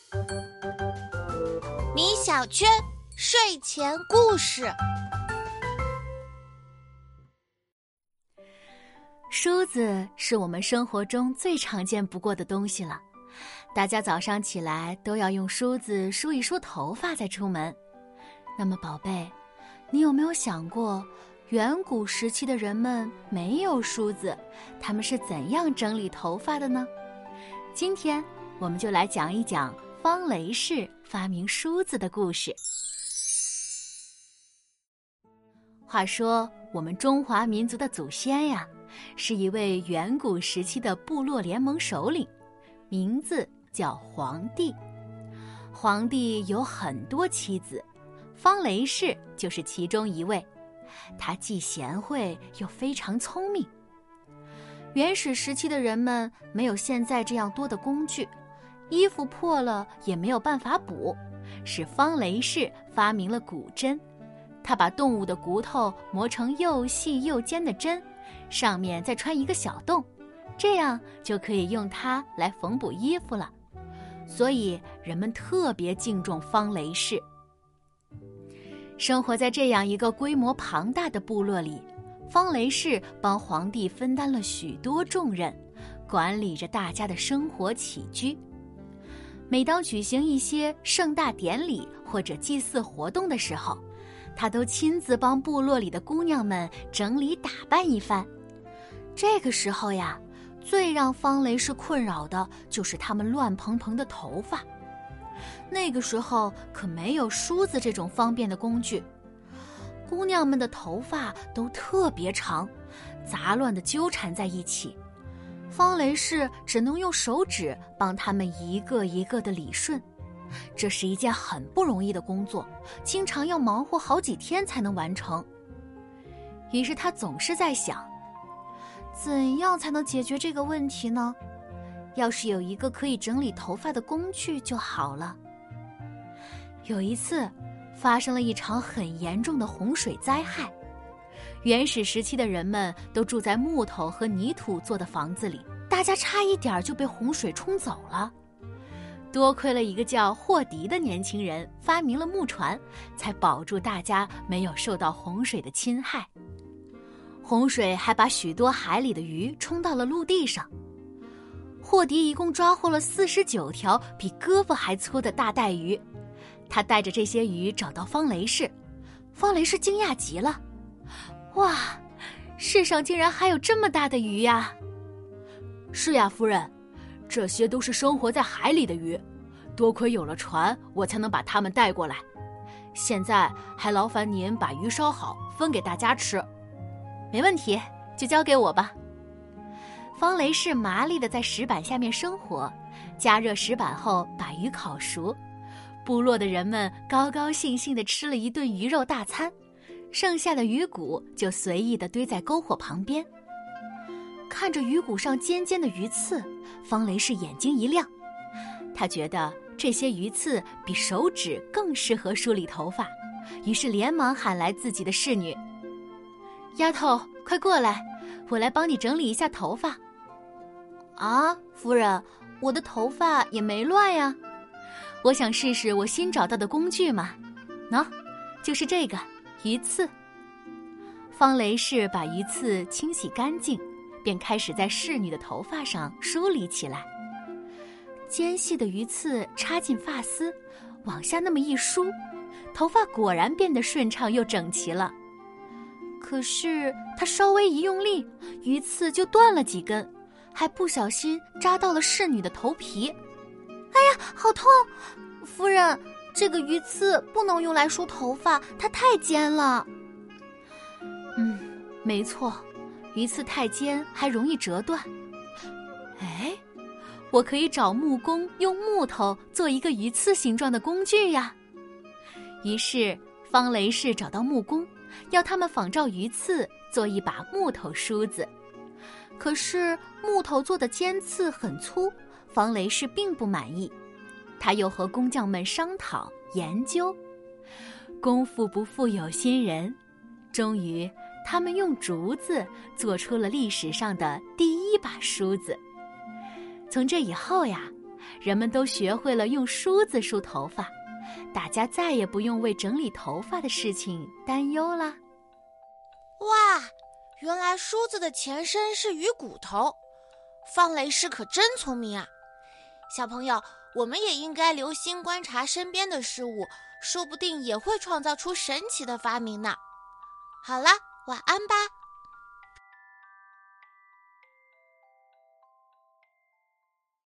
米小圈睡前故事。 梳子是我们生活中最常见不过的东西了，大家早上起来都要用梳子梳一梳头发再出门。那么宝贝，你有没有想过，远古时期的人们没有梳子，他们是怎样整理头发的呢？今天我们就来讲一讲方雷氏发明梳子的故事。话说我们中华民族的祖先呀，是一位远古时期的部落联盟首领，名字叫黄帝。黄帝有很多妻子，方雷氏就是其中一位。他既贤惠又非常聪明。原始时期的人们没有现在这样多的工具，衣服破了也没有办法补，是方雷氏发明了骨针。他把动物的骨头磨成又细又尖的针，上面再穿一个小洞，这样就可以用它来缝补衣服了。所以人们特别敬重方雷氏。生活在这样一个规模庞大的部落里，方雷氏帮皇帝分担了许多重任，管理着大家的生活起居。每当举行一些盛大典礼或者祭祀活动的时候，他都亲自帮部落里的姑娘们整理打扮一番。这个时候呀，最让方雷氏困扰的就是他们乱蓬蓬的头发。那个时候可没有梳子这种方便的工具，姑娘们的头发都特别长，杂乱地纠缠在一起。方雷氏只能用手指帮她们一个一个地理顺，这是一件很不容易的工作，经常要忙活好几天才能完成。于是他总是在想，怎样才能解决这个问题呢？要是有一个可以整理头发的工具就好了。有一次，发生了一场很严重的洪水灾害。原始时期的人们都住在木头和泥土做的房子里，大家差一点就被洪水冲走了。多亏了一个叫霍迪的年轻人发明了木船，才保住大家没有受到洪水的侵害。洪水还把许多海里的鱼冲到了陆地上。霍迪一共抓获了49条比胳膊还粗的大带鱼，他带着这些鱼找到方雷氏，方雷氏惊讶极了，哇，世上竟然还有这么大的鱼呀！ 是呀，夫人，这些都是生活在海里的鱼，多亏有了船，我才能把它们带过来。现在还劳烦您把鱼烧好，分给大家吃。 没问题，就交给我吧。方雷氏麻利地在石板下面生火，加热石板后把鱼烤熟。部落的人们高高兴兴地吃了一顿鱼肉大餐，剩下的鱼骨就随意地堆在篝火旁边。看着鱼骨上尖尖的鱼刺，方雷氏眼睛一亮，他觉得这些鱼刺比手指更适合梳理头发，于是连忙喊来自己的侍女：丫头，快过来，我来帮你整理一下头发。啊，夫人，我的头发也没乱呀。我想试试我新找到的工具嘛。喏，就是这个鱼刺。方雷氏把鱼刺清洗干净，便开始在侍女的头发上梳理起来。尖细的鱼刺插进发丝，往下那么一梳，头发果然变得顺畅又整齐了。可是他稍微一用力，鱼刺就断了几根，还不小心扎到了侍女的头皮。哎呀，好痛！夫人，这个鱼刺不能用来梳头发，它太尖了。没错，鱼刺太尖还容易折断。哎，我可以找木工用木头做一个鱼刺形状的工具呀。于是方雷氏找到木工，要他们仿照鱼刺做一把木头梳子。可是木头做的尖刺很粗，方雷氏并不满意。他又和工匠们商讨研究，功夫不负有心人，终于他们用竹子做出了历史上的第一把梳子。从这以后呀， 人们都学会了用梳子梳头发，大家再也不用为整理头发的事情担忧啦。 哇，原来梳子的前身是鱼骨头，方雷师可真聪明啊！小朋友，我们也应该留心观察身边的事物，说不定也会创造出神奇的发明呢。好了，晚安吧。